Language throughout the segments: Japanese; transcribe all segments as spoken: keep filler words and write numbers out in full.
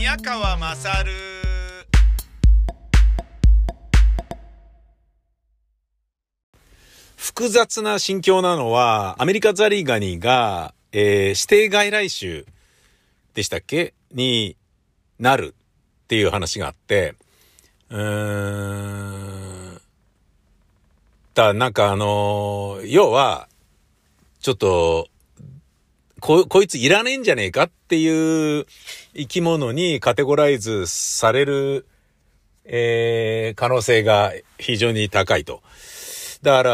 宮川まさる。複雑な心境なのは、アメリカザリガニが、えー、指定外来種でしたっけになるっていう話があって、うーん、だなんかあのー、要はちょっとここいついらねえんじゃねえかっていう生き物にカテゴライズされる、えー、可能性が非常に高いと。だから、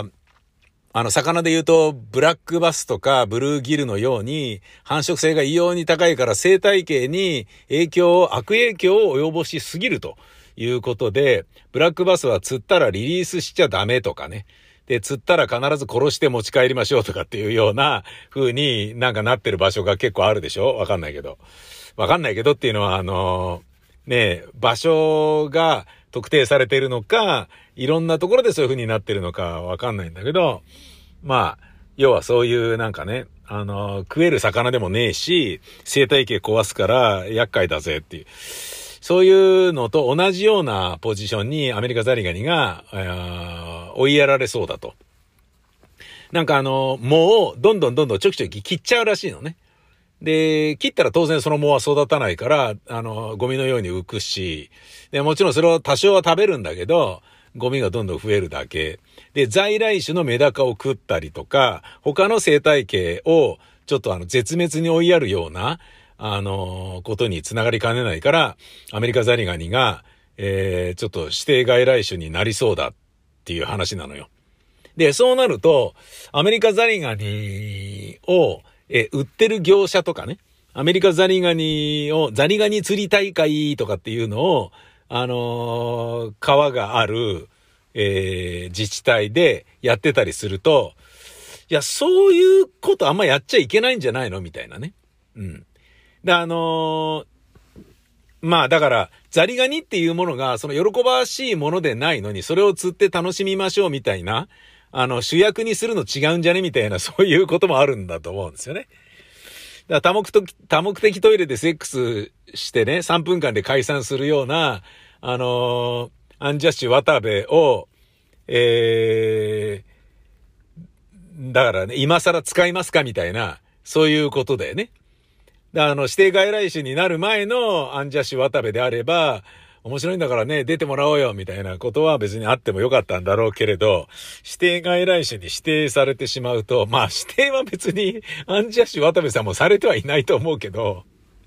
あの、魚で言うと、ブラックバスとかブルーギルのように、繁殖性が異様に高いから生態系に影響を、悪影響を及ぼしすぎるということで、ブラックバスは釣ったらリリースしちゃダメとかね。で、釣ったら必ず殺して持ち帰りましょうとかっていうような風になんかなってる場所が結構あるでしょ？わかんないけど。わかんないけどっていうのは、あの、ね、場所が特定されているのか、いろんなところでそういう風になってるのかわかんないんだけど、まあ、要はそういうなんかね、あの、食える魚でもねえし、生態系壊すから厄介だぜっていう。そういうのと同じようなポジションにアメリカザリガニが、えー、追いやられそうだと。なんかあの、藻をどんどんどんどんちょきちょき切っちゃうらしいのね。で、切ったら当然その藻は育たないから、あの、ゴミのように浮くし、で、もちろんそれを多少は食べるんだけど、ゴミがどんどん増えるだけ。で、在来種のメダカを食ったりとか、他の生態系をちょっとあの、絶滅に追いやるような、あの、ことにつながりかねないから、アメリカザリガニが、えー、ちょっと指定外来種になりそうだっていう話なのよ。で、そうなると、アメリカザリガニを、え、売ってる業者とかね、アメリカザリガニを、ザリガニ釣り大会とかっていうのを、あのー、川がある、えー、自治体でやってたりすると、いや、そういうことあんまやっちゃいけないんじゃないのみたいなね。うん。で、あのー、まあだから、ザリガニっていうものが、その喜ばしいものでないのに、それを釣って楽しみましょうみたいな、あの、主役にするの違うんじゃねみたいな、そういうこともあるんだと思うんですよね。だから多目的、多目的トイレでセックスしてね、さんぷんかんで解散するような、あのー、アンジャッシュ渡部を、えー、だからね、今更使いますかみたいな、そういうことだよね。あの、指定外来種になる前のアンジャッシュ渡部であれば、面白いんだからね、出てもらおうよ、みたいなことは別にあってもよかったんだろうけれど、指定外来種に指定されてしまうと、まあ指定は別にアンジャッシュ渡部さんもされてはいないと思うけど、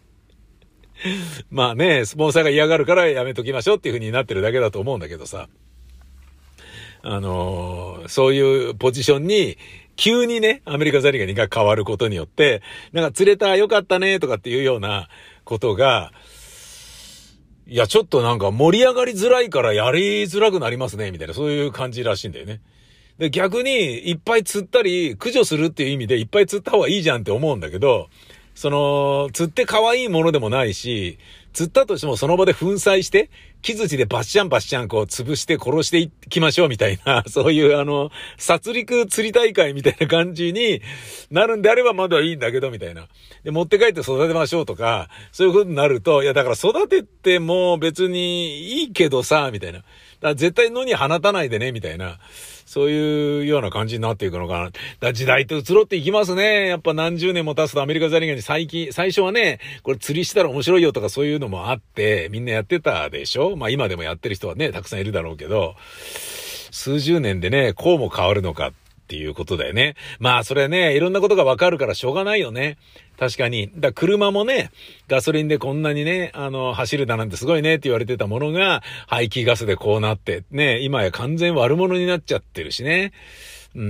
まあね、スポンサーが嫌がるからやめときましょうっていう風になってるだけだと思うんだけどさ。あのー、そういうポジションに、急にね、アメリカザリガニが変わることによって、なんか釣れたよかったねとかっていうようなことが、いや、ちょっとなんか盛り上がりづらいからやりづらくなりますね、みたいな、そういう感じらしいんだよね。で、逆にいっぱい釣ったり、駆除するっていう意味でいっぱい釣った方がいいじゃんって思うんだけど、その、釣って可愛いものでもないし、釣ったとしてもその場で粉砕して、木槌でバッシャンバッシャンこう潰して殺していきましょうみたいな、そういうあの、殺戮釣り大会みたいな感じになるんであればまだいいんだけど、みたいな。で、持って帰って育てましょうとか、そういう風になると、いやだから育てても別にいいけどさ、みたいな。だから絶対野に放たないでね、みたいな。そういうような感じになっていくのかな。だから時代って移ろっていきますね。やっぱ何十年も経つとアメリカザリガニ最近、最初はね、これ釣りしたら面白いよとかそういうのもあって、みんなやってたでしょ？まあ今でもやってる人はね、たくさんいるだろうけど、数十年でね、こうも変わるのかっていうことだよね。まあそれね、いろんなことがわかるからしょうがないよね。確かに。だ車もね、ガソリンでこんなにね、あの、走るだなんてすごいねって言われてたものが、排気ガスでこうなって、ね、今や完全悪者になっちゃってるしね。うん、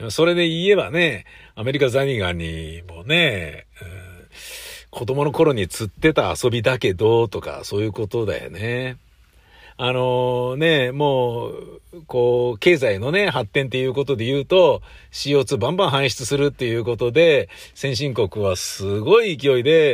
それで言えばね、アメリカザリガニもね、うん、子供の頃に釣ってた遊びだけど、とか、そういうことだよね。あのね、もう、こう、経済のね、発展っていうことで言うと、シーオーツー バンバン排出するっていうことで、先進国はすごい勢いで、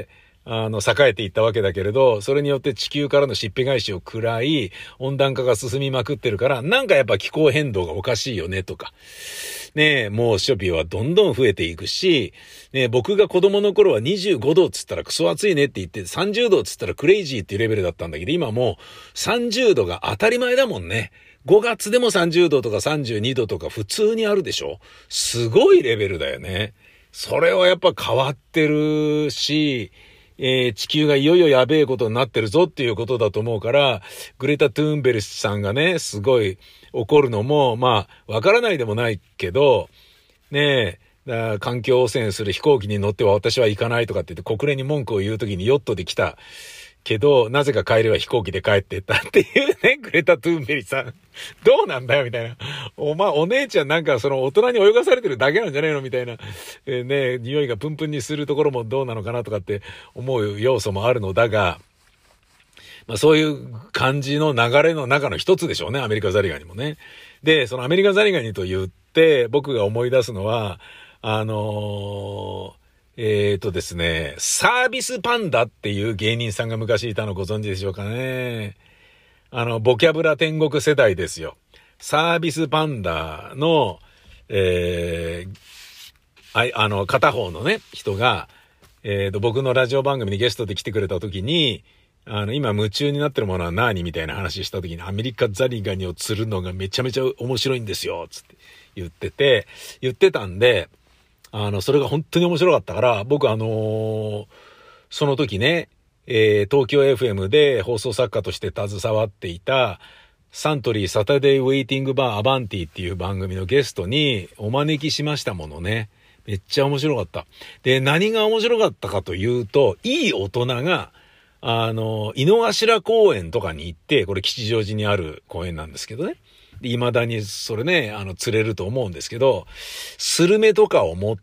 あの、栄えていったわけだけれど、それによって地球からのしっぺ返しを食らい、温暖化が進みまくってるから、なんかやっぱ気候変動がおかしいよねとか。ねえ、猛暑日はどんどん増えていくし、ねえ、僕が子供の頃はにじゅうごどっつったらクソ暑いねって言って、さんじゅうどっつったらクレイジーっていうレベルだったんだけど、今もうさんじゅうどが当たり前だもんね。ごがつでもさんじゅうどとかさんじゅうにどとか普通にあるでしょ？すごいレベルだよね。それはやっぱ変わってるし、えー、地球がいよいよやべえことになってるぞっていうことだと思うから、グレタ・トゥーンベルさんがね、すごい怒るのも、まあ、わからないでもないけど、ねえ、だ環境汚染する飛行機に乗っては私は行かないとかって言って国連に文句を言うときにヨットで来たけど、なぜか帰りは飛行機で帰ってったっていうね、グレタ・トゥーンベリさん。どうなんだよみたいな。お前、お姉ちゃんなんかその大人に泳がされてるだけなんじゃねえのみたいな。えー、ね、匂いがプンプンにするところもどうなのかなとかって思う要素もあるのだが、まあそういう感じの流れの中の一つでしょうね、アメリカザリガニもね。で、そのアメリカザリガニと言って僕が思い出すのは、あのー、えーとですね、サービスパンダっていう芸人さんが昔いたのご存知でしょうかね。あの、ボキャブラ天国世代ですよ。サービスパンダの、えー、あ, あの、片方のね、人が、えーと、僕のラジオ番組にゲストで来てくれた時に、あの、今夢中になってるものは何みたいな話した時に、アメリカザリガニを釣るのがめちゃめちゃ面白いんですよ、つって言ってて、言ってたんで、あの、それが本当に面白かったから、僕あのー、その時ね、えー、東京 エフエム で放送作家として携わっていた、サントリーサタデーウェイティングバーアバンティっていう番組のゲストにお招きしましたものね。めっちゃ面白かった。で、何が面白かったかというと、いい大人が、あの、井の頭公園とかに行って、これ吉祥寺にある公園なんですけどね。未だにそれね、あの、釣れると思うんですけど、スルメとかを持って、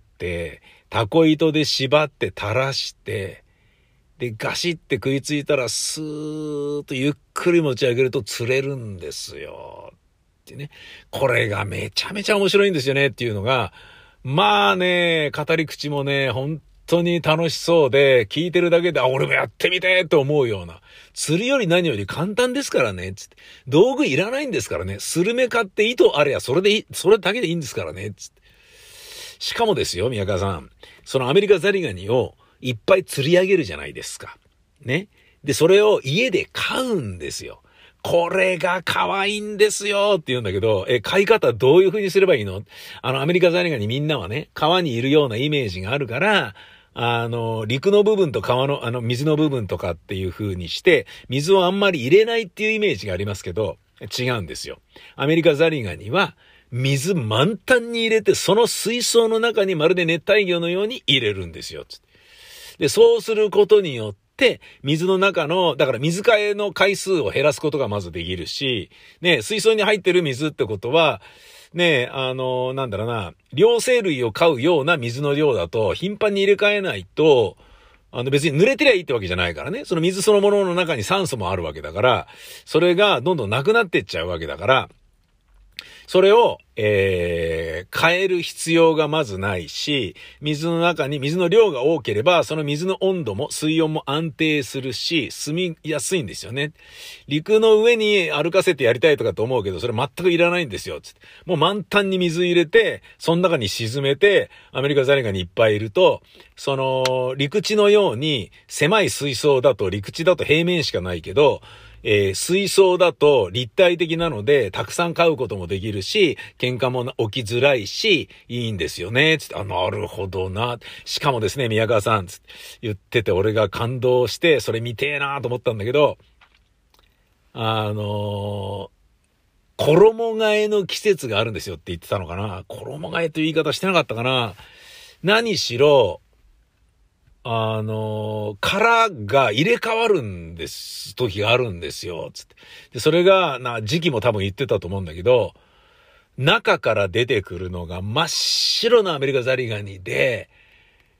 タコ糸で縛って垂らして、で、ガシって食いついたら、スーッとゆっくり持ち上げると釣れるんですよ。ってね。これがめちゃめちゃ面白いんですよねっていうのが、まあね、語り口もね、本当に楽しそうで、聞いてるだけで、あ、俺もやってみてと思うような。釣りより何より簡単ですからね、つって。道具いらないんですからね。スルメ買って糸あれや、それでいい、それだけでいいんですからね、つって。しかもですよ、宮川さん。そのアメリカザリガニをいっぱい釣り上げるじゃないですか。ね。で、それを家で飼うんですよ。これが可愛いんですよって言うんだけど、え、飼い方どういう風にすればいいの？あの、アメリカザリガニみんなはね、川にいるようなイメージがあるから、あの、陸の部分と川の、あの、水の部分とかっていう風にして、水をあんまり入れないっていうイメージがありますけど、違うんですよ。アメリカザリガニは、水満タンに入れて、その水槽の中にまるで熱帯魚のように入れるんですよ。で、そうすることによって、水の中の、だから水替えの回数を減らすことがまずできるし、ね、水槽に入ってる水ってことは、ね、あの、なんだろうな、両生類を飼うような水の量だと、頻繁に入れ替えないと、あの別に濡れてりゃいいってわけじゃないからね。その水そのものの中に酸素もあるわけだから、それがどんどんなくなってっちゃうわけだから、それを、えー、変える必要がまずないし、水の中に水の量が多ければ、その水の温度も水温も安定するし、住みやすいんですよね。陸の上に歩かせてやりたいとかと思うけど、それ全くいらないんですよ。つってもう満タンに水入れて、その中に沈めて、アメリカザリガニいっぱいいると、その、陸地のように狭い水槽だと、陸地だと平面しかないけど、えー、水槽だと立体的なので、たくさん飼うこともできるし、喧嘩も起きづらいし、いいんですよね。つって、あ、なるほどな。しかもですね、宮川さん、つって言ってて、俺が感動して、それ見てえなと思ったんだけど、あのー、衣替えの季節があるんですよって言ってたのかな。衣替えという言い方してなかったかな。何しろ、あの、殻が入れ替わるんです、時があるんですよ、つって。で、それが、な、時期も多分言ってたと思うんだけど、中から出てくるのが真っ白なアメリカザリガニで、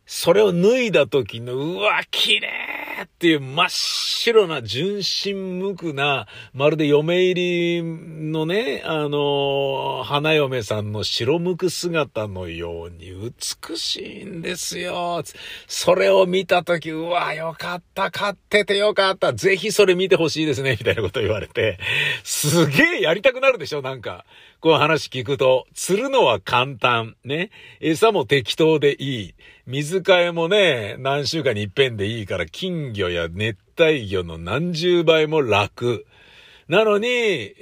それを脱いだ時の、うわ、綺麗っていう真っ白な純真無垢な、まるで嫁入りのね、あの、花嫁さんの白無垢姿のように美しいんですよ。それを見た時、うわ、よかった、買っててよかった、ぜひそれ見てほしいですね、みたいなこと言われて、すげえやりたくなるでしょ、なんか。こう話聞くと、釣るのは簡単。ね。餌も適当でいい。水替えもね、何週間に一遍でいいから、金魚や熱帯魚の何十倍も楽。なのに、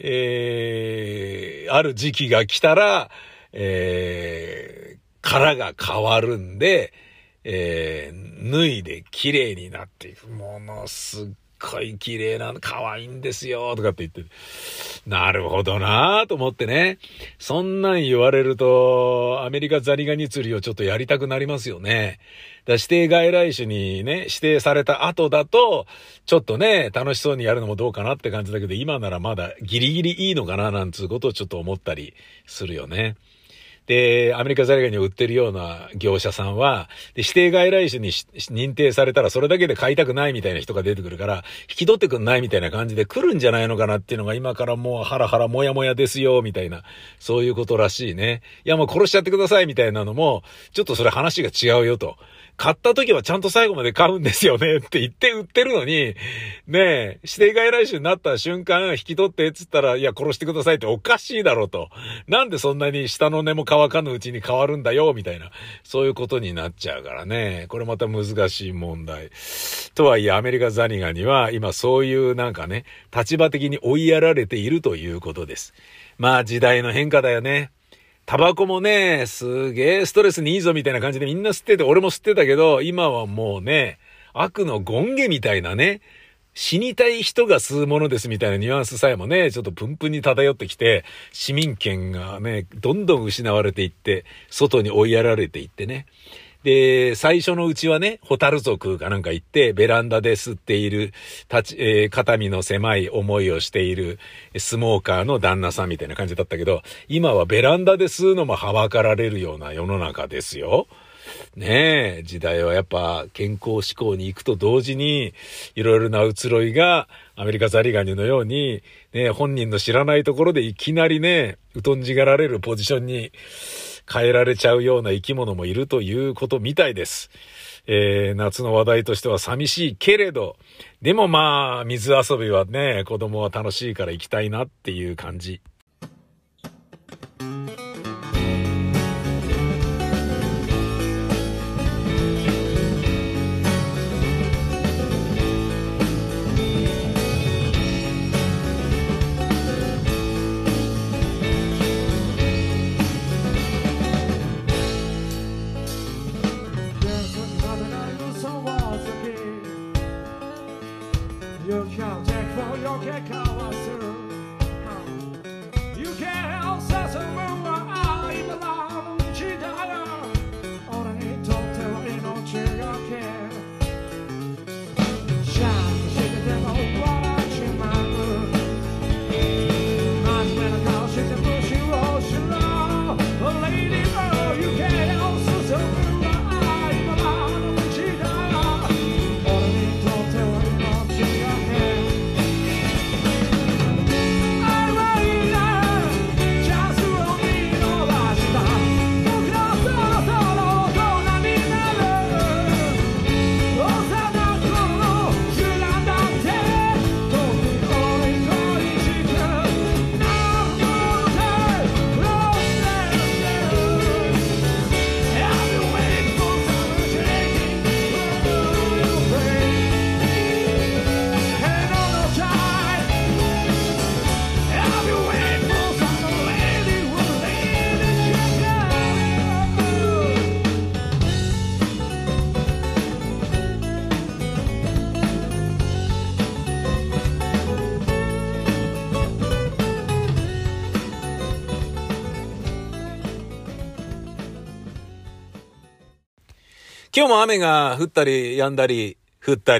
えー、ある時期が来たら、えー、殻が変わるんで、えー、脱いで綺麗になっていく。ものすっごい綺麗な、可愛いんですよ、とかって言って。なるほどなぁと思ってね。そんなん言われると、アメリカザリガニ釣りをちょっとやりたくなりますよね。だ指定外来種にね、指定された後だと、ちょっとね、楽しそうにやるのもどうかなって感じだけど、今ならまだギリギリいいのかな、なんつうことをちょっと思ったりするよね。で、アメリカザリガニを売ってるような業者さんは、で指定外来種に認定されたらそれだけで買いたくないみたいな人が出てくるから、引き取ってくんないみたいな感じで来るんじゃないのかなっていうのが今からもうハラハラモヤモヤですよ、みたいな、そういうことらしいね。いやもう殺しちゃってくださいみたいなのも、ちょっとそれ話が違うよと。買った時はちゃんと最後まで買うんですよねって言って売ってるのに、ねえ、指定外来種になった瞬間引き取ってっつったら、いや殺してくださいっておかしいだろうと。なんでそんなに下の根も乾かぬうちに変わるんだよ、みたいな。そういうことになっちゃうからね。これまた難しい問題。とはいえアメリカザリガニは今そういうなんかね、立場的に追いやられているということです。まあ時代の変化だよね。タバコもね、すげえストレスにいいぞみたいな感じでみんな吸ってて、俺も吸ってたけど、今はもうね、悪の権化みたいなね、死にたい人が吸うものですみたいなニュアンスさえもね、ちょっとプンプンに漂ってきて、市民権がね、どんどん失われていって、外に追いやられていってね。で、最初のうちはね、ホタル族かなんか行って、ベランダで吸っている、立ち、えー、肩身の狭い思いをしている、スモーカーの旦那さんみたいな感じだったけど、今はベランダで吸うのもはばかられるような世の中ですよ。ねえ、時代はやっぱ健康志向に行くと同時に、いろいろな移ろいが、アメリカザリガニのように、ね、本人の知らないところでいきなりね、疎んじがられるポジションに、変えられちゃうような生き物もいるということみたいです。えー、夏の話題としては寂しいけれど、でもまあ、水遊びはね、子供は楽しいから行きたいなっていう感じ。今日も雨が降ったり止んだり降ったり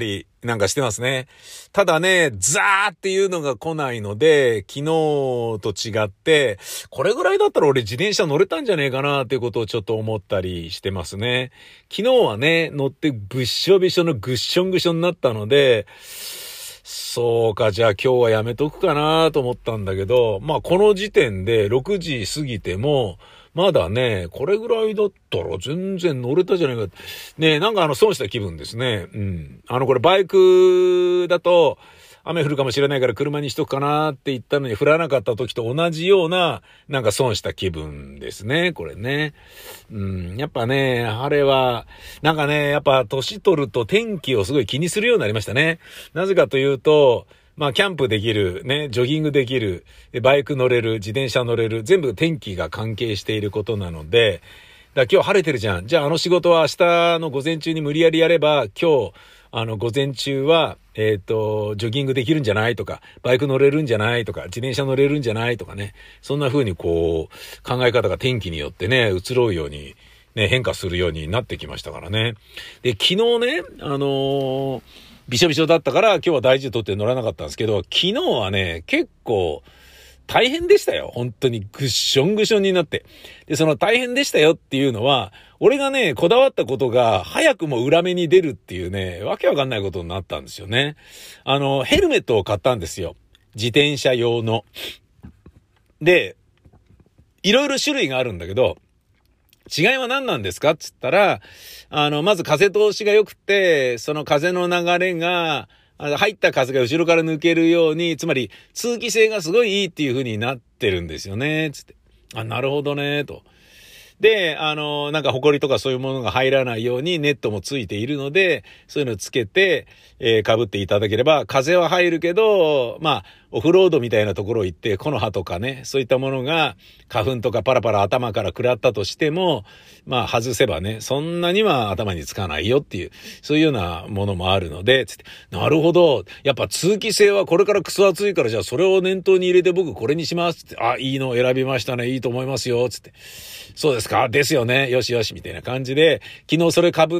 なんかしてますね。ただね、ザーっていうのが来ないので、昨日と違って、これぐらいだったら俺自転車乗れたんじゃねえかなっていうことをちょっと思ったりしてますね。昨日はね、乗ってぶっしょびしょのぐっしょんぐしょになったので、そうか、じゃあ今日はやめとくかなと思ったんだけど、まあこの時点でろくじ過ぎても、まだね、これぐらいだったら全然乗れたじゃないか。ね、なんかあの損した気分ですね。うん。あのこれバイクだと雨降るかもしれないから車にしとくかなって言ったのに降らなかった時と同じようななんか損した気分ですね。これね。うん。やっぱね、晴れは、なんかね、やっぱ年取ると天気をすごい気にするようになりましたね。なぜかというと、まあ、キャンプできる、ね、ジョギングできる、バイク乗れる、自転車乗れる、全部天気が関係していることなので、だから今日晴れてるじゃん。じゃああの仕事は明日の午前中に無理やりやれば、今日、あの午前中は、えっと、ジョギングできるんじゃないとか、バイク乗れるんじゃないとか、自転車乗れるんじゃないとかね。そんな風にこう、考え方が天気によってね、移ろうように、ね、変化するようになってきましたからね。で、昨日ね、あのー、びしょびしょだったから今日は大事を取って乗らなかったんですけど、昨日はね、結構大変でしたよ。本当にぐっしょんぐしょんになって。で、その大変でしたよっていうのは、俺がね、こだわったことが早くも裏目に出るっていうね、わけわかんないことになったんですよね。あの、ヘルメットを買ったんですよ。自転車用の。で、いろいろ種類があるんだけど、違いは何なんですかっつったら、あの、まず風通しが良くて、その風の流れが、入った風が後ろから抜けるように、つまり通気性がすごいいいっていう風になってるんですよね、つって。あ、なるほどね、と。で、あの、なんか埃とかそういうものが入らないようにネットもついているので、そういうのをつけて、えー、被っていただければ、風は入るけど、まあ、オフロードみたいなところ行って、木の葉とかね、そういったものが花粉とかパラパラ頭から食らったとしても、まあ、外せばね、そんなには頭につかないよっていう、そういうようなものもあるので、つって、なるほど。やっぱ通気性はこれからクソ暑いから、じゃあそれを念頭に入れて僕これにします。つって、あ、いいの選びましたね。いいと思いますよ。つって。そうですかですよね。よしよし。みたいな感じで、昨日それ被って、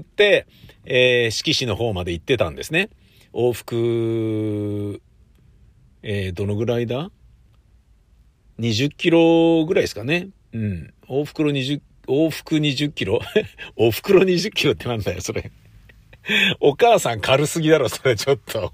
えー、志木市の方まで行ってたんですね。往復、えー、どのぐらいだ ?にじゅっ キロぐらいですかね。うん。往復の20、往復にじゅっキロ往復のにじゅっキロってなんだよ、それ。お母さん軽すぎだろ、それちょっと。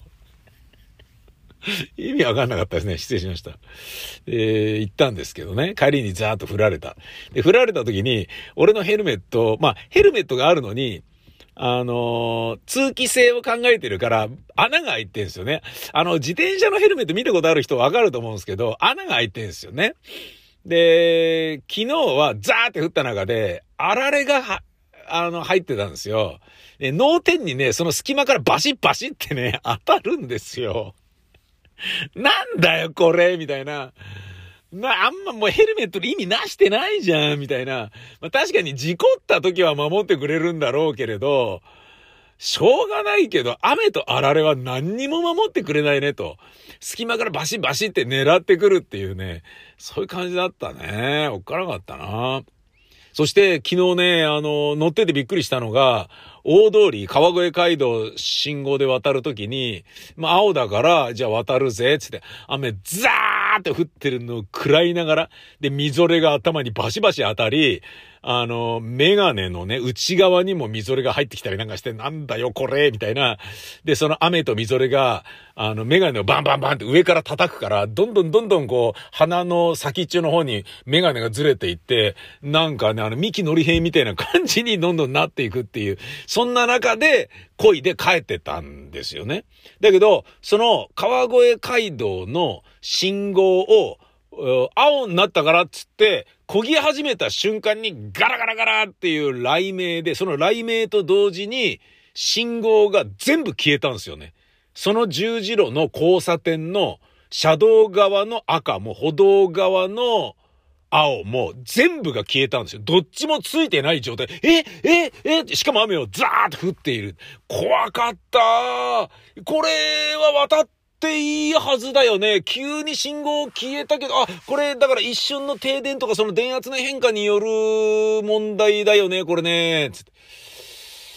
意味わかんなかったですね。失礼しました。えー、行ったんですけどね。帰りにザーッと振られた。で、振られた時に、俺のヘルメット、まあ、ヘルメットがあるのに、あのー、通気性を考えてるから、穴が開いてるんですよね。あの、自転車のヘルメット見たことある人わかると思うんですけど、穴が開いてるんですよね。で、昨日はザーって降った中で、あられがは、あの、入ってたんですよ。で、脳天にね、その隙間からバシッバシッってね、当たるんですよ。なんだよ、これみたいな。まあ、あんまもうヘルメットで意味なしてないじゃん、みたいな。まあ確かに事故った時は守ってくれるんだろうけれど、しょうがないけど、雨とあられは何にも守ってくれないねと。隙間からバシバシって狙ってくるっていうね。そういう感じだったね。おっかなかったな。そして昨日ね、あの、乗っててびっくりしたのが、大通り、川越街道信号で渡るときに、まあ青だから、じゃあ渡るぜ、つって、雨ザーって降ってるのを食らいながら、で、みぞれが頭にバシバシ当たり、あの、メガネのね、内側にもみぞれが入ってきたりなんかして、なんだよこれみたいな。で、その雨とみぞれが、あの、メガネをバンバンバンって上から叩くから、どんどんどんどんこう、鼻の先っちょの方にメガネがずれていって、なんかね、あの、三木のり平みたいな感じにどんどんなっていくっていう、そんな中で、漕いで帰ってたんですよね。だけど、その、川越街道の信号を、青になったからっつって、漕ぎ始めた瞬間にガラガラガラっていう雷鳴で、その雷鳴と同時に信号が全部消えたんですよね。その十字路の交差点の車道側の赤も歩道側の青も全部が消えたんですよ。どっちもついてない状態。えええしかも雨をザーッと降っている。怖かったー。これは渡っていいはずだよね。急に信号消えたけど、あ、これだから一瞬の停電とかその電圧の変化による問題だよね、これね。つって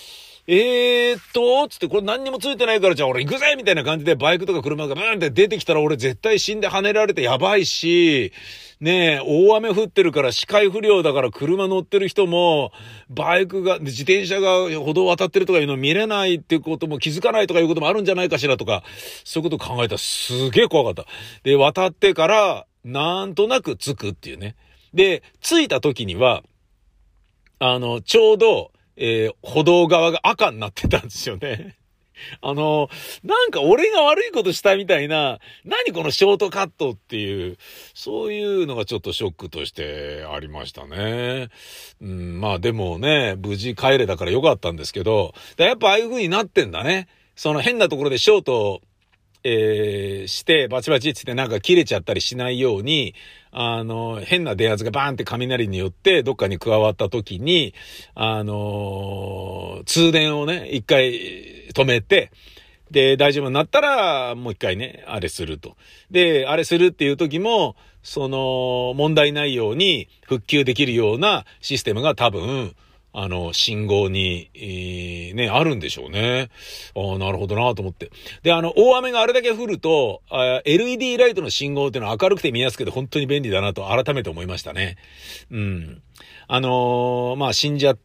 えーっと、つってこれ何にもついてないからじゃあ俺行くぜみたいな感じでバイクとか車がブーンって出てきたら俺絶対死んで跳ねられてやばいし、ねえ、大雨降ってるから視界不良だから車乗ってる人も、バイクが、自転車が歩道渡ってるとかいうの見れないっていうことも気づかないとかいうこともあるんじゃないかしらとか、そういうことを考えたらすげえ怖かった。で、渡ってから、なんとなく着くっていうね。で、着いた時には、あの、ちょうど、えー、歩道側が赤になってたんですよね。あの、なんか俺が悪いことしたみたいな、何このショートカットっていう、そういうのがちょっとショックとしてありましたね。うん、まあでもね、無事帰れたからよかったんですけど、やっぱああいう風になってんだね。その変なところでショート、えー、してバチバチってなんか切れちゃったりしないように、あの、変な電圧がバーンって雷によってどっかに加わった時に、あのー、通電をね、一回止めて、で、大丈夫になったら、もう一回ね、あれすると。で、あれするっていう時も、その、問題ないように復旧できるようなシステムが多分、あの、信号に、えー、ね、あるんでしょうね。ああ、なるほどなと思って。で、あの、大雨があれだけ降ると、エルイーディー ライトの信号っていうのは明るくて見やすくて本当に便利だなと改めて思いましたね。うん。あのー、まあ、死んじゃった、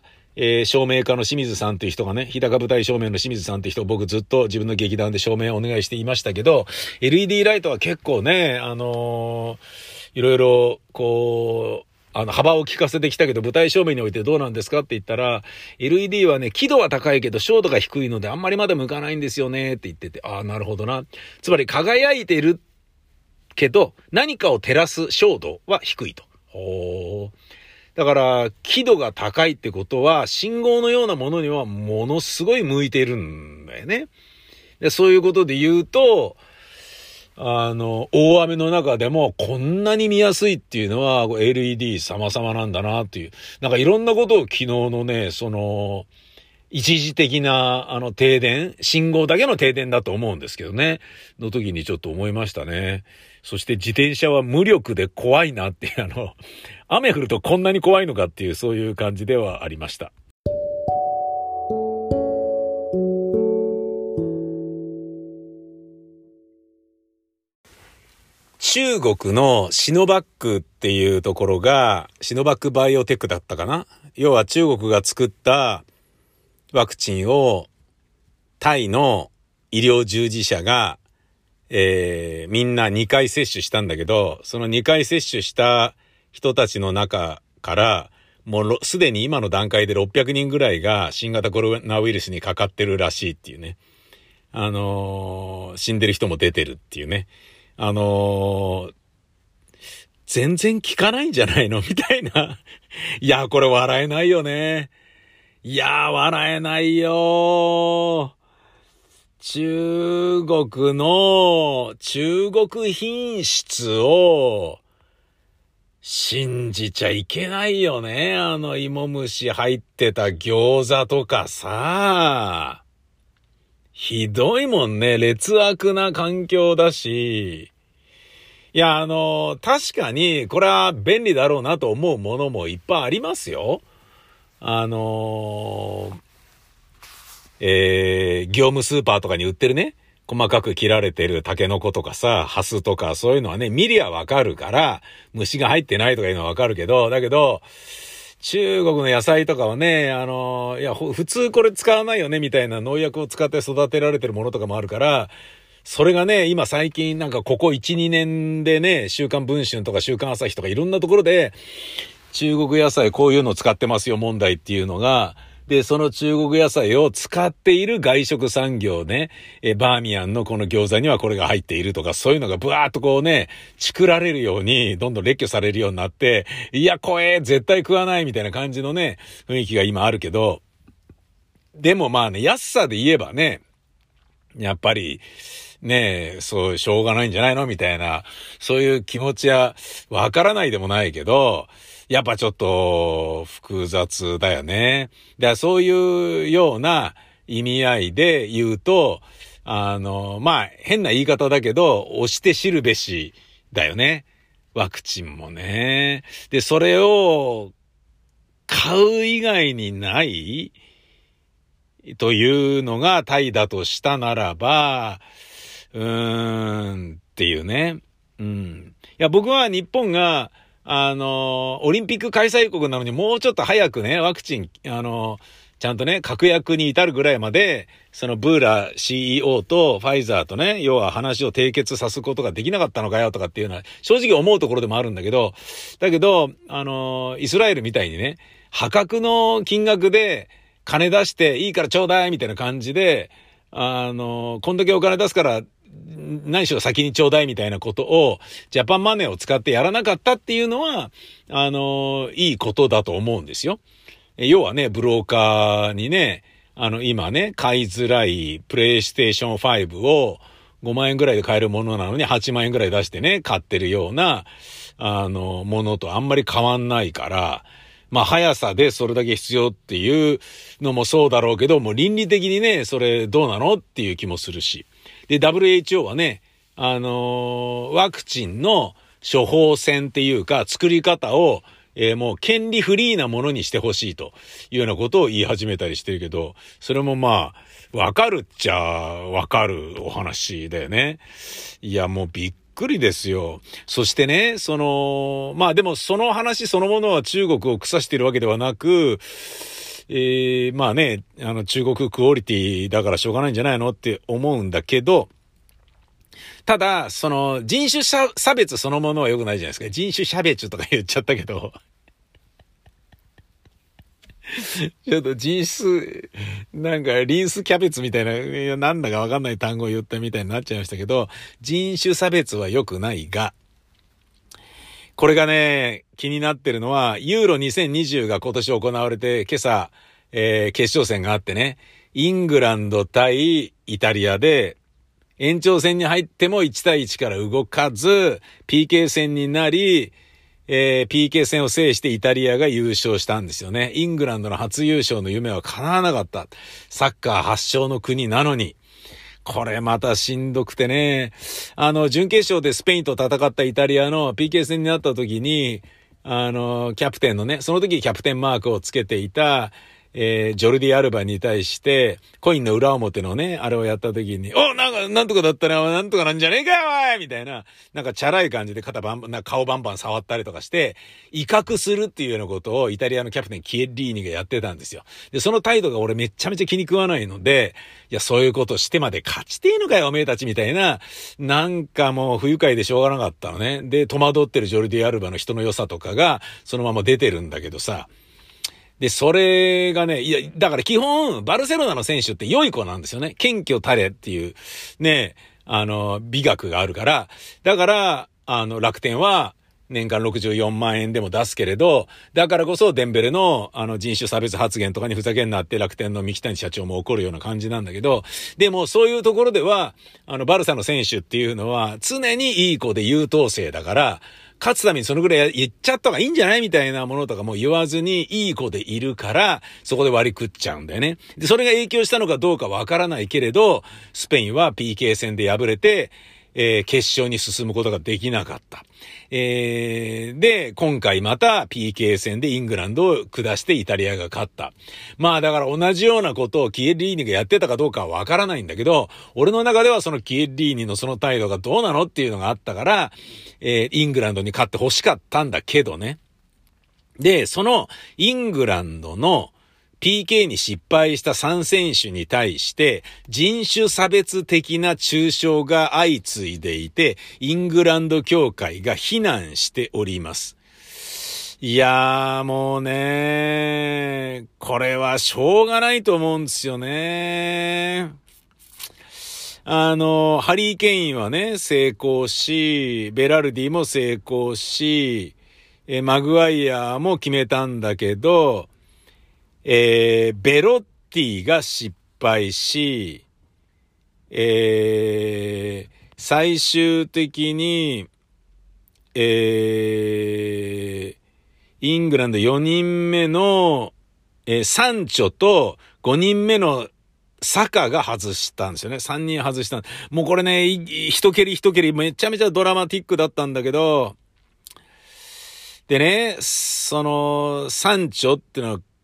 えー、照明家の清水さんという人がね、日高舞台照明の清水さんという人を僕ずっと自分の劇団で照明をお願いしていましたけど、エルイーディー ライトは結構ね、あのー、いろいろ、こう、あの、幅を利かせてきたけど、舞台照明においてどうなんですかって言ったら、エルイーディー はね、輝度は高いけど、照度が低いので、あんまりまだ向かないんですよね、って言ってて、ああ、なるほどな。つまり、輝いてるけど、何かを照らす照度は低いと。ほー。だから、輝度が高いってことは、信号のようなものにはものすごい向いてるんだよね。で、そういうことで言うと、あの、大雨の中でもこんなに見やすいっていうのは エルイーディー 様々なんだなっていう。なんかいろんなことを昨日のね、その、一時的なあの停電、信号だけの停電だと思うんですけどね、の時にちょっと思いましたね。そして自転車は無力で怖いなっていう、あの、雨降るとこんなに怖いのかっていう、そういう感じではありました。中国のシノバックっていうところが、シノバックバイオテックだったかな？要は中国が作ったワクチンをタイの医療従事者が、えー、みんなにかい接種したんだけど、そのにかい接種した人たちの中から、もうすでに今の段階でろっぴゃくにんぐらいが新型コロナウイルスにかかってるらしいっていうね。あのー、死んでる人も出てるっていうね。あのー、全然効かないんじゃないのみたいな。いや、これ笑えないよね。いや、笑えないよ。中国の、中国品質を信じちゃいけないよね。あの芋虫入ってた餃子とかさ。ひどいもんね。劣悪な環境だし。いや、あの、確かに、これは便利だろうなと思うものもいっぱいありますよ。あの、えー、業務スーパーとかに売ってるね、細かく切られてるタケノコとかさ、ハスとかそういうのはね、見りゃわかるから、虫が入ってないとかいうのはわかるけど、だけど、中国の野菜とかはね、あの、いや、普通これ使わないよねみたいな農薬を使って育てられてるものとかもあるから、それがね、今最近なんかここいち、にねんでね、週刊文春とか週刊朝日とかいろんなところで、中国野菜こういうの使ってますよ問題っていうのが、で、その中国野菜を使っている外食産業ね、え、バーミヤンのこの餃子にはこれが入っているとか、そういうのがブワーっとこうね、チクられるように、どんどん列挙されるようになって、いや、怖え、絶対食わないみたいな感じのね、雰囲気が今あるけど、でもまあね、安さで言えばね、やっぱり、ねえ、そう、しょうがないんじゃないのみたいな、そういう気持ちはわからないでもないけど、やっぱちょっと複雑だよね。で、そういうような意味合いで言うと、あの、まあ、変な言い方だけど、押して知るべしだよね。ワクチンもね。で、それを買う以外にないというのがタイだとしたならば、うーんっていうね。うん。いや、僕は日本が、あの、オリンピック開催国なのにもうちょっと早くね、ワクチン、あの、ちゃんとね、確約に至るぐらいまで、そのブーラ シーイーオー とファイザーとね、要は話を締結さすことができなかったのかよとかっていうのは、正直思うところでもあるんだけど、だけど、あの、イスラエルみたいにね、破格の金額で金出していいからちょうだいみたいな感じで、あの、こんだけお金出すから、何しろ先にちょうだいみたいなことを、ジャパンマネーを使ってやらなかったっていうのは、あの、いいことだと思うんですよ。要はね、ブローカーにね、あの、今ね、買いづらいプレイステーションファイブをごまんえんぐらいで買えるものなのにはちまんえんぐらい出してね、買ってるような、あの、ものとあんまり変わんないから、まあ、速さでそれだけ必要っていうのもそうだろうけど、もう倫理的にね、それどうなのっていう気もするし。で、ダブリューエイチオー はね、あのー、ワクチンの処方箋っていうか、作り方を、えー、もう権利フリーなものにしてほしいというようなことを言い始めたりしてるけど、それもまあ、わかるっちゃわかるお話だよね。いや、もうびっくりですよ。そしてね、その、まあでもその話そのものは中国を腐しているわけではなく、えー、まあね、あの中国クオリティだからしょうがないんじゃないのって思うんだけど、ただ、その人種差別そのものは良くないじゃないですか。人種差別とか言っちゃったけど。ちょっと人種、なんかリンスキャベツみたいな、いやなんだかわかんない単語を言ったみたいになっちゃいましたけど、人種差別は良くないが、これがね、気になってるのは、ユーロにせんにじゅうが今年行われて、今朝、えー、決勝戦があってね、イングランド対イタリアで、延長戦に入ってもいち対いちから動かず、ピーケー 戦になり、えー、ピーケー 戦を制してイタリアが優勝したんですよね。イングランドの初優勝の夢は叶わなかった。サッカー発祥の国なのに。これまたしんどくてね。あの、準決勝でスペインと戦ったイタリアの ピーケー 戦になった時に、あの、キャプテンのね、その時キャプテンマークをつけていた、えー、ジョルディ・アルバに対して、コインの裏表のね、あれをやった時に、おなんか、なんとかだったら、なんとかなんじゃねえかよおいみたいな、なんかチャラい感じで肩バンバン、顔バンバン触ったりとかして、威嚇するっていうようなことをイタリアのキャプテンキエッリーニがやってたんですよ。で、その態度が俺めっちゃめちゃ気に食わないので、いや、そういうことしてまで勝ちていいのかよ、おめえたちみたいな、なんかもう不愉快でしょうがなかったのね。で、戸惑ってるジョルディ・アルバの人の良さとかが、そのまま出てるんだけどさ、で、それがね、いや、だから基本、バルセロナの選手って良い子なんですよね。謙虚たれっていう、ね、あの、美学があるから、だから、あの、楽天は、年間ろくじゅうよんまんえんでも出すけれど、だからこそデンベレのあの人種差別発言とかにふざけんなって楽天の三木谷社長も怒るような感じなんだけど、でもそういうところでは、あのバルサの選手っていうのは常にいい子で優等生だから、勝つためにそのぐらい言っちゃった方がいいんじゃないみたいなものとかも言わずにいい子でいるから、そこで割り食っちゃうんだよね。で、それが影響したのかどうかわからないけれど、スペインは ピーケー 戦で敗れて、えー、決勝に進むことができなかった。えー、で、今回また ピーケー 戦でイングランドを下してイタリアが勝った。まあだから同じようなことをキエリーニがやってたかどうかはわからないんだけど、俺の中ではそのキエリーニのその態度がどうなのっていうのがあったから、えー、イングランドに勝って欲しかったんだけどね。で、そのイングランドのピーケー に失敗したさん選手に対して人種差別的な中傷が相次いでいて、イングランド協会が非難しております。いやーもうね、これはしょうがないと思うんですよね。あの、ハリー・ケインはね、成功し、ベラルディも成功し、えマグワイアも決めたんだけど、えー、ベロッティが失敗し、えー、最終的に、えー、イングランドよにんめの、えー、サンチョとごにんめのサカが外したんですよね。さんにん外した。もうこれね、一蹴り一蹴りめちゃめちゃドラマティックだったんだけど、でね、その、サンチョってのは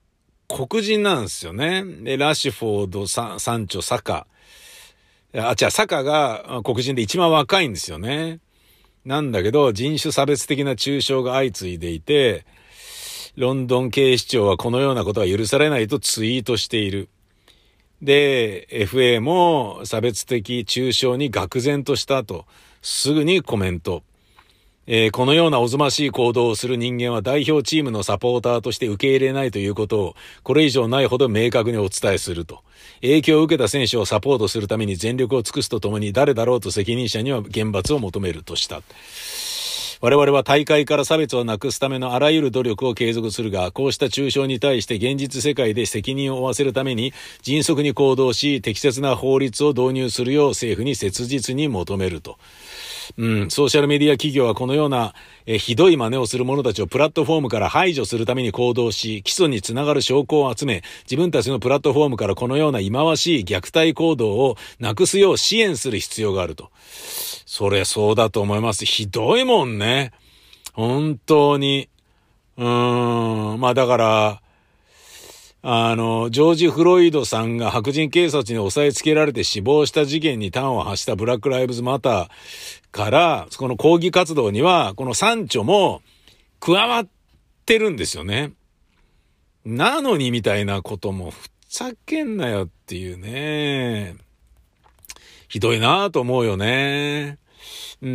黒人なんですよね。で、ラッシュフォード、ササンチョ、サカ。あ、違う、サカが黒人で一番若いんですよね。なんだけど、人種差別的な中傷が相次いでいて、ロンドン警視庁はこのようなことは許されないとツイートしている。で、エフエー も差別的中傷に愕然としたと、すぐにコメント。えー、このようなおぞましい行動をする人間は代表チームのサポーターとして受け入れないということをこれ以上ないほど明確にお伝えすると。影響を受けた選手をサポートするために全力を尽くすとともに誰だろうと責任者には厳罰を求めるとした。我々は大会から差別をなくすためのあらゆる努力を継続するが、こうした中傷に対して現実世界で責任を負わせるために迅速に行動し、適切な法律を導入するよう政府に切実に求めると。うん、ソーシャルメディア企業はこのようなえひどい真似をする者たちをプラットフォームから排除するために行動し、起訴につながる証拠を集め、自分たちのプラットフォームからこのような忌まわしい虐待行動をなくすよう支援する必要があると。それそうだと思います。ひどいもんね。本当に。うーん、まあだから、あの、ジョージ・フロイドさんが白人警察に押さえつけられて死亡した事件に端を発したブラック・ライブズ・マターから、この抗議活動には、このサンチョも加わってるんですよね。なのにみたいなこともふざけんなよっていうね。ひどいなぁと思うよね。うん、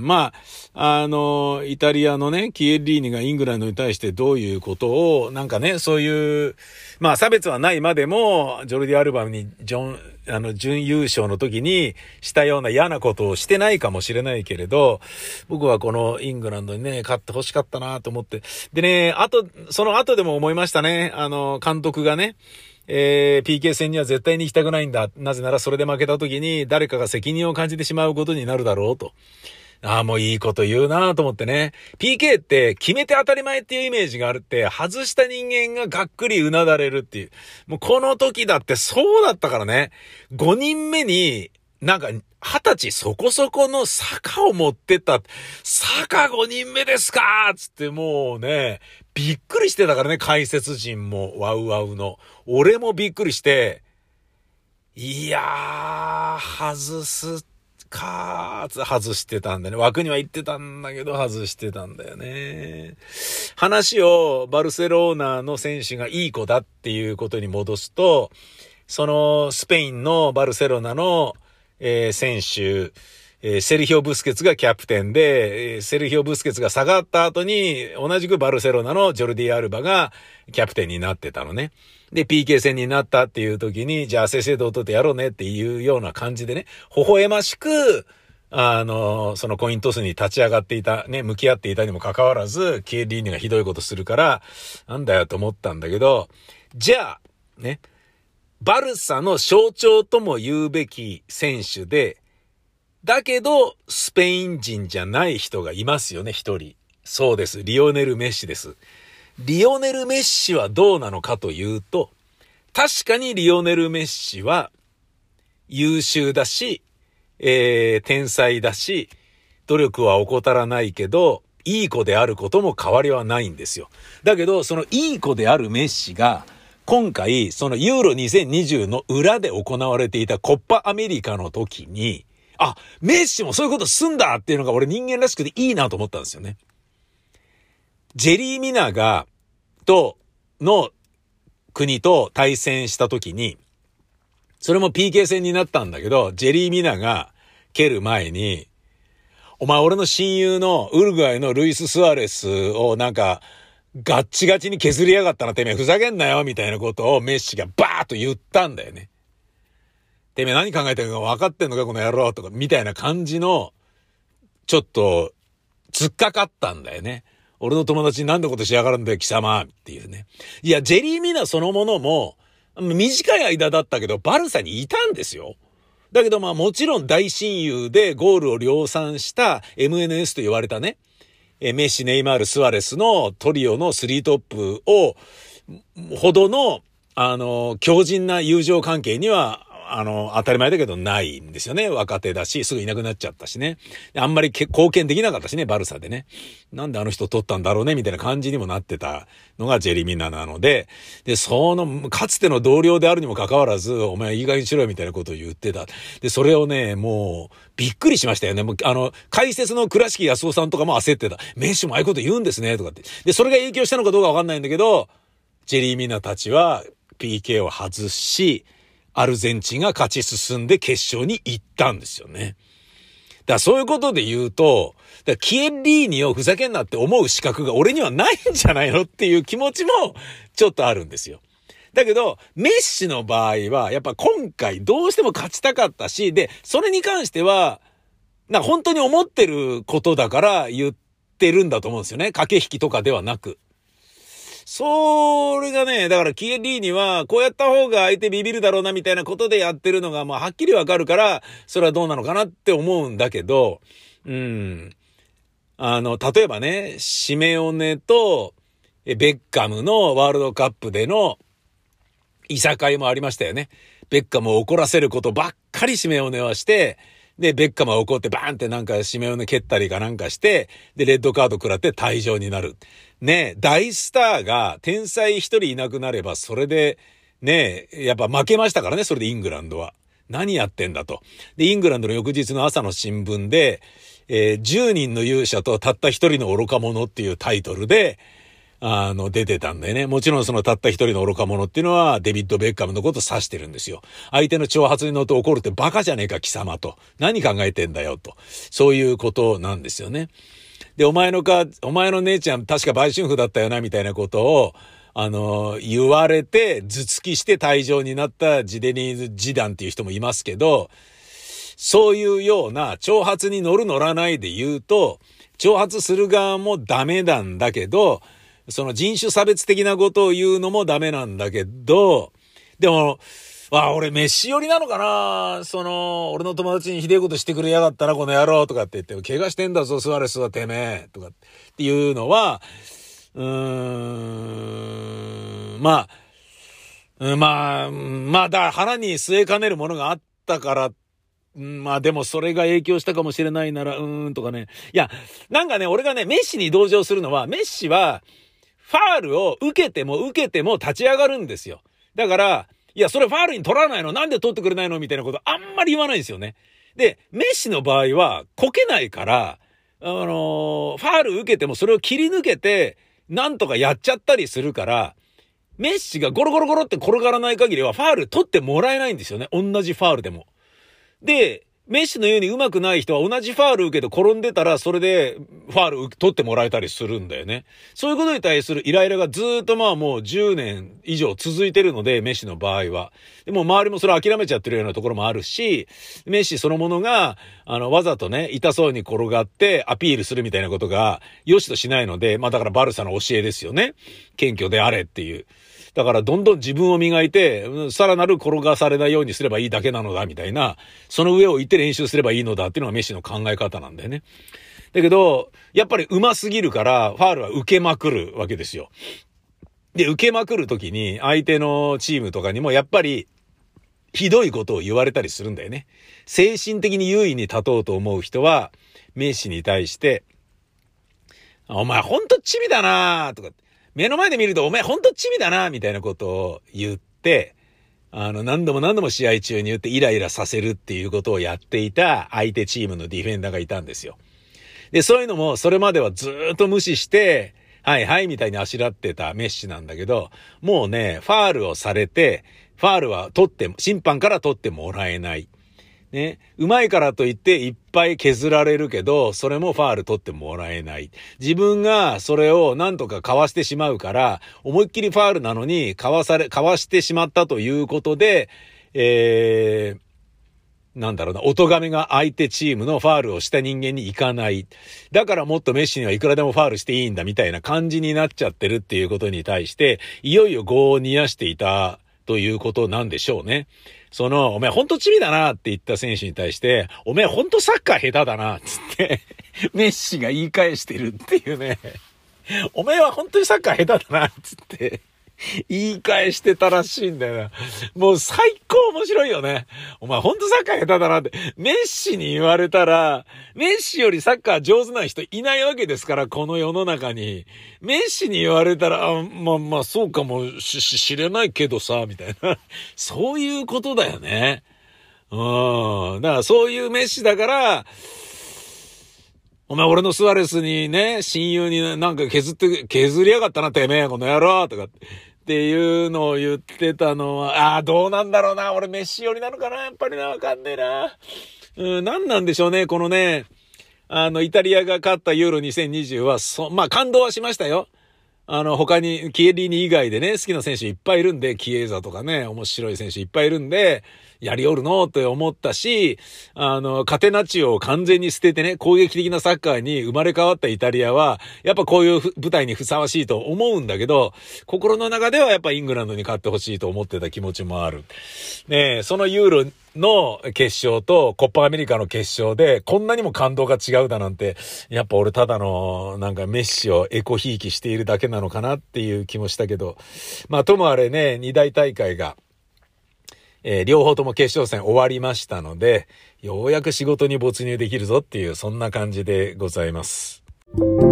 まあ、あの、イタリアのね、キエリーニがイングランドに対してどういうことを、なんかね、そういう、まあ差別はないまでも、ジョルディ・アルバムにジョン、あの、準優勝の時にしたような嫌なことをしてないかもしれないけれど、僕はこのイングランドにね、勝って欲しかったなと思って。でね、あと、その後でも思いましたね。あの、監督がね、えー、ピーケー 戦には絶対に行きたくないんだ。なぜならそれで負けた時に誰かが責任を感じてしまうことになるだろうと。ああ、もういいこと言うなと思ってね。ピーケー って決めて当たり前っていうイメージがあるって、外した人間ががっくりうなだれるっていう。もうこの時だってそうだったからね。ごにんめになんか二十歳そこそこの坂を持ってった。坂ごにんめですかつってもうね、びっくりしてたからね、解説陣もワウワウの。俺もびっくりして、いやー、外すかー、外してたんだね。枠には行ってたんだけど、外してたんだよね。話をバルセロナの選手がいい子だっていうことに戻すと、そのスペインのバルセロナの、えー、選手、えー、セルヒオ・ブスケツがキャプテンで、えー、セルヒオ・ブスケツが下がった後に、同じくバルセロナのジョルディ・アルバがキャプテンになってたのね。で、ピーケー 戦になったっていう時に、じゃあ、正々堂々とやろうねっていうような感じでね、微笑ましく、あの、そのコイントスに立ち上がっていた、ね、向き合っていたにもかかわらず、キエリーニがひどいことするから、なんだよと思ったんだけど、じゃあ、ね、バルサの象徴とも言うべき選手で、だけど、スペイン人じゃない人がいますよね、一人。そうです。リオネル・メッシです。リオネル・メッシはどうなのかというと、確かにリオネル・メッシは優秀だし、えー、天才だし、努力は怠らないけど、いい子であることも変わりはないんですよ。だけど、そのいい子であるメッシが、今回、そのユーロにせんにじゅうの裏で行われていたコッパアメリカの時に、あ、メッシもそういうことすんだっていうのが俺人間らしくていいなと思ったんですよね。ジェリー・ミナーが、と、の国と対戦した時に、それも ピーケー 戦になったんだけど、ジェリー・ミナーが蹴る前に、お前俺の親友のウルグアイのルイス・スアレスをなんか、ガッチガチに削りやがったな、てめえふざけんなよ、みたいなことをメッシがバーッと言ったんだよね。てめえ何考えてるのか分かってんのかこの野郎とかみたいな感じのちょっと突っかかったんだよね。俺の友達に何のことしやがるんだよ貴様っていうね。いやジェリー・ミナそのものも短い間だったけどバルサにいたんですよ。だけどまあもちろん大親友でゴールを量産した エムエヌエス と言われたね、メッシ、ネイマール、スアレスのトリオのスリートップをほどのあの強靭な友情関係にはあの、当たり前だけどないんですよね。若手だし、すぐいなくなっちゃったしね。あんまり貢献できなかったしね、バルサでね。なんであの人取ったんだろうね、みたいな感じにもなってたのがジェリミナなので、で、その、かつての同僚であるにもかかわらず、お前いい加減にしろよ、みたいなことを言ってた。で、それをね、もう、びっくりしましたよね。もう、あの、解説の倉敷康夫さんとかも焦ってた。メッシもああいうこと言うんですね、とかって。で、それが影響したのかどうかわかんないんだけど、ジェリミナたちは ピーケー を外し、アルゼンチンが勝ち進んで決勝に行ったんですよね。だからそういうことで言うと、だからキエリーニをふざけんなって思う資格が俺にはないんじゃないのっていう気持ちもちょっとあるんですよ。だけど、メッシの場合は、やっぱ今回どうしても勝ちたかったし、で、それに関しては、な、本当に思ってることだから言ってるんだと思うんですよね。駆け引きとかではなく。それがね、だからキエリーニはこうやった方が相手ビビるだろうなみたいなことでやってるのがまあはっきりわかるから、それはどうなのかなって思うんだけど、うん。あの、例えばね、シメオネとベッカムのワールドカップでのいさかいもありましたよね。ベッカムを怒らせることばっかりシメオネはして、で、ベッカムは怒ってバーンってなんかシメオネ蹴ったりかなんかして、で、レッドカード食らって退場になる。ね、大スターが天才一人いなくなれば、それで、ね、やっぱ負けましたからね、それでイングランドは。何やってんだと。で、イングランドの翌日の朝の新聞で、えー、じゅうにんの勇者とたった一人の愚か者っていうタイトルで、あの、出てたんだよね。もちろんそのたった一人の愚か者っていうのはデビッド・ベッカムのことを指してるんですよ。相手の挑発に乗って怒るってバカじゃねえか貴様と。何考えてんだよと。そういうことなんですよね。で、お前のか、お前の姉ちゃん確か売春婦だったよなみたいなことを、あの、言われて頭突きして退場になったジデニーズ・ジダンっていう人もいますけど、そういうような挑発に乗る乗らないで言うと、挑発する側もダメなんだけど、その人種差別的なことを言うのもダメなんだけど、でも、あ、俺メッシ寄りなのかな、その、俺の友達にひでえことしてくれやがったな、この野郎とかって言って、怪我してんだぞ、スアレスはてめえ、とかっていうのは、うーん、まあ、まあ、まあ、だ、腹に据えかねるものがあったから、まあでもそれが影響したかもしれないなら、うーんとかね。いや、なんかね、俺がね、メッシに同情するのは、メッシは、ファールを受けても受けても立ち上がるんですよ。だから、いや、それファールに取らないの？なんで取ってくれないの？みたいなことあんまり言わないんですよね。で、メッシの場合は、こけないから、あのー、ファール受けてもそれを切り抜けて、なんとかやっちゃったりするから、メッシがゴロゴロゴロって転がらない限りは、ファール取ってもらえないんですよね。同じファールでも。で、メッシのように上手くない人は同じファール受けて転んでたらそれでファール取ってもらえたりするんだよね。そういうことに対するイライラがずーっとまあもうじゅうねん以上続いてるので、メッシの場合は。でも周りもそれ諦めちゃってるようなところもあるし、メッシそのものが、あの、わざとね、痛そうに転がってアピールするみたいなことが良しとしないので、まあだからバルサの教えですよね。謙虚であれっていう。だからどんどん自分を磨いて、さらなる転がされないようにすればいいだけなのだみたいな、その上を行って練習すればいいのだっていうのがメッシの考え方なんだよね。だけど、やっぱり上手すぎるからファールは受けまくるわけですよ。で、受けまくるときに相手のチームとかにもやっぱりひどいことを言われたりするんだよね。精神的に優位に立とうと思う人は、メッシに対して、お前ほんとチビだなとか、目の前で見るとお前ほんとチビだなみたいなことを言って、あの何度も何度も試合中に言ってイライラさせるっていうことをやっていた相手チームのディフェンダーがいたんですよ。で、そういうのもそれまではずーっと無視して、はいはいみたいにあしらってたメッシなんだけど、もうね、ファールをされて、ファールは取って、審判から取ってもらえない。ね、うまいからといっていっぱい削られるけど、それもファール取ってもらえない。自分がそれをなんとかかわしてしまうから、思いっきりファールなのにかわされ、かわしてしまったということで、えー、なんだろうな、お咎めが相手チームのファールをした人間に行かない。だからもっとメッシにはいくらでもファールしていいんだみたいな感じになっちゃってるっていうことに対して、いよいよ業を煮やしていたということなんでしょうね。その、お前ほんとチビだなって言った選手に対して、お前ほんとサッカー下手だな、つって、メッシが言い返してるっていうね。お前はほんとにサッカー下手だな、つって言い返してたらしいんだよな。もう最高面白いよね。お前ほんとサッカー下手だなって。メッシに言われたら、メッシよりサッカー上手な人いないわけですから、この世の中に。メッシに言われたら、あまあまあそうかもし、し、知れないけどさ、みたいな。そういうことだよね。うん。だからそういうメッシだから、お前俺のスアレスにね、親友になんか削って、削りやがったな、てめえ、この野郎とかっていうのを言ってたのは、ああ、どうなんだろうな、俺メッシ寄りなのかな、やっぱりな、わかんねえな。うん、なんなんでしょうね、このね、あの、イタリアが勝ったユーロにせんにじゅうは、そ、まあ感動はしましたよ。あの、他に、キエリーニ以外でね、好きな選手いっぱいいるんで、キエーザとかね、面白い選手いっぱいいるんで、やりおるのって思ったし、あの、カテナチオを完全に捨ててね、攻撃的なサッカーに生まれ変わったイタリアは、やっぱこういう舞台にふさわしいと思うんだけど、心の中ではやっぱイングランドに勝ってほしいと思ってた気持ちもある。ねえ、そのユーロの決勝とコッパアメリカの決勝で、こんなにも感動が違うだなんて、やっぱ俺ただの、なんかメッシをエコひいきしているだけなのかなっていう気もしたけど、まあともあれね、二大大会が、えー、両方とも決勝戦終わりましたので、ようやく仕事に没入できるぞっていう、そんな感じでございます。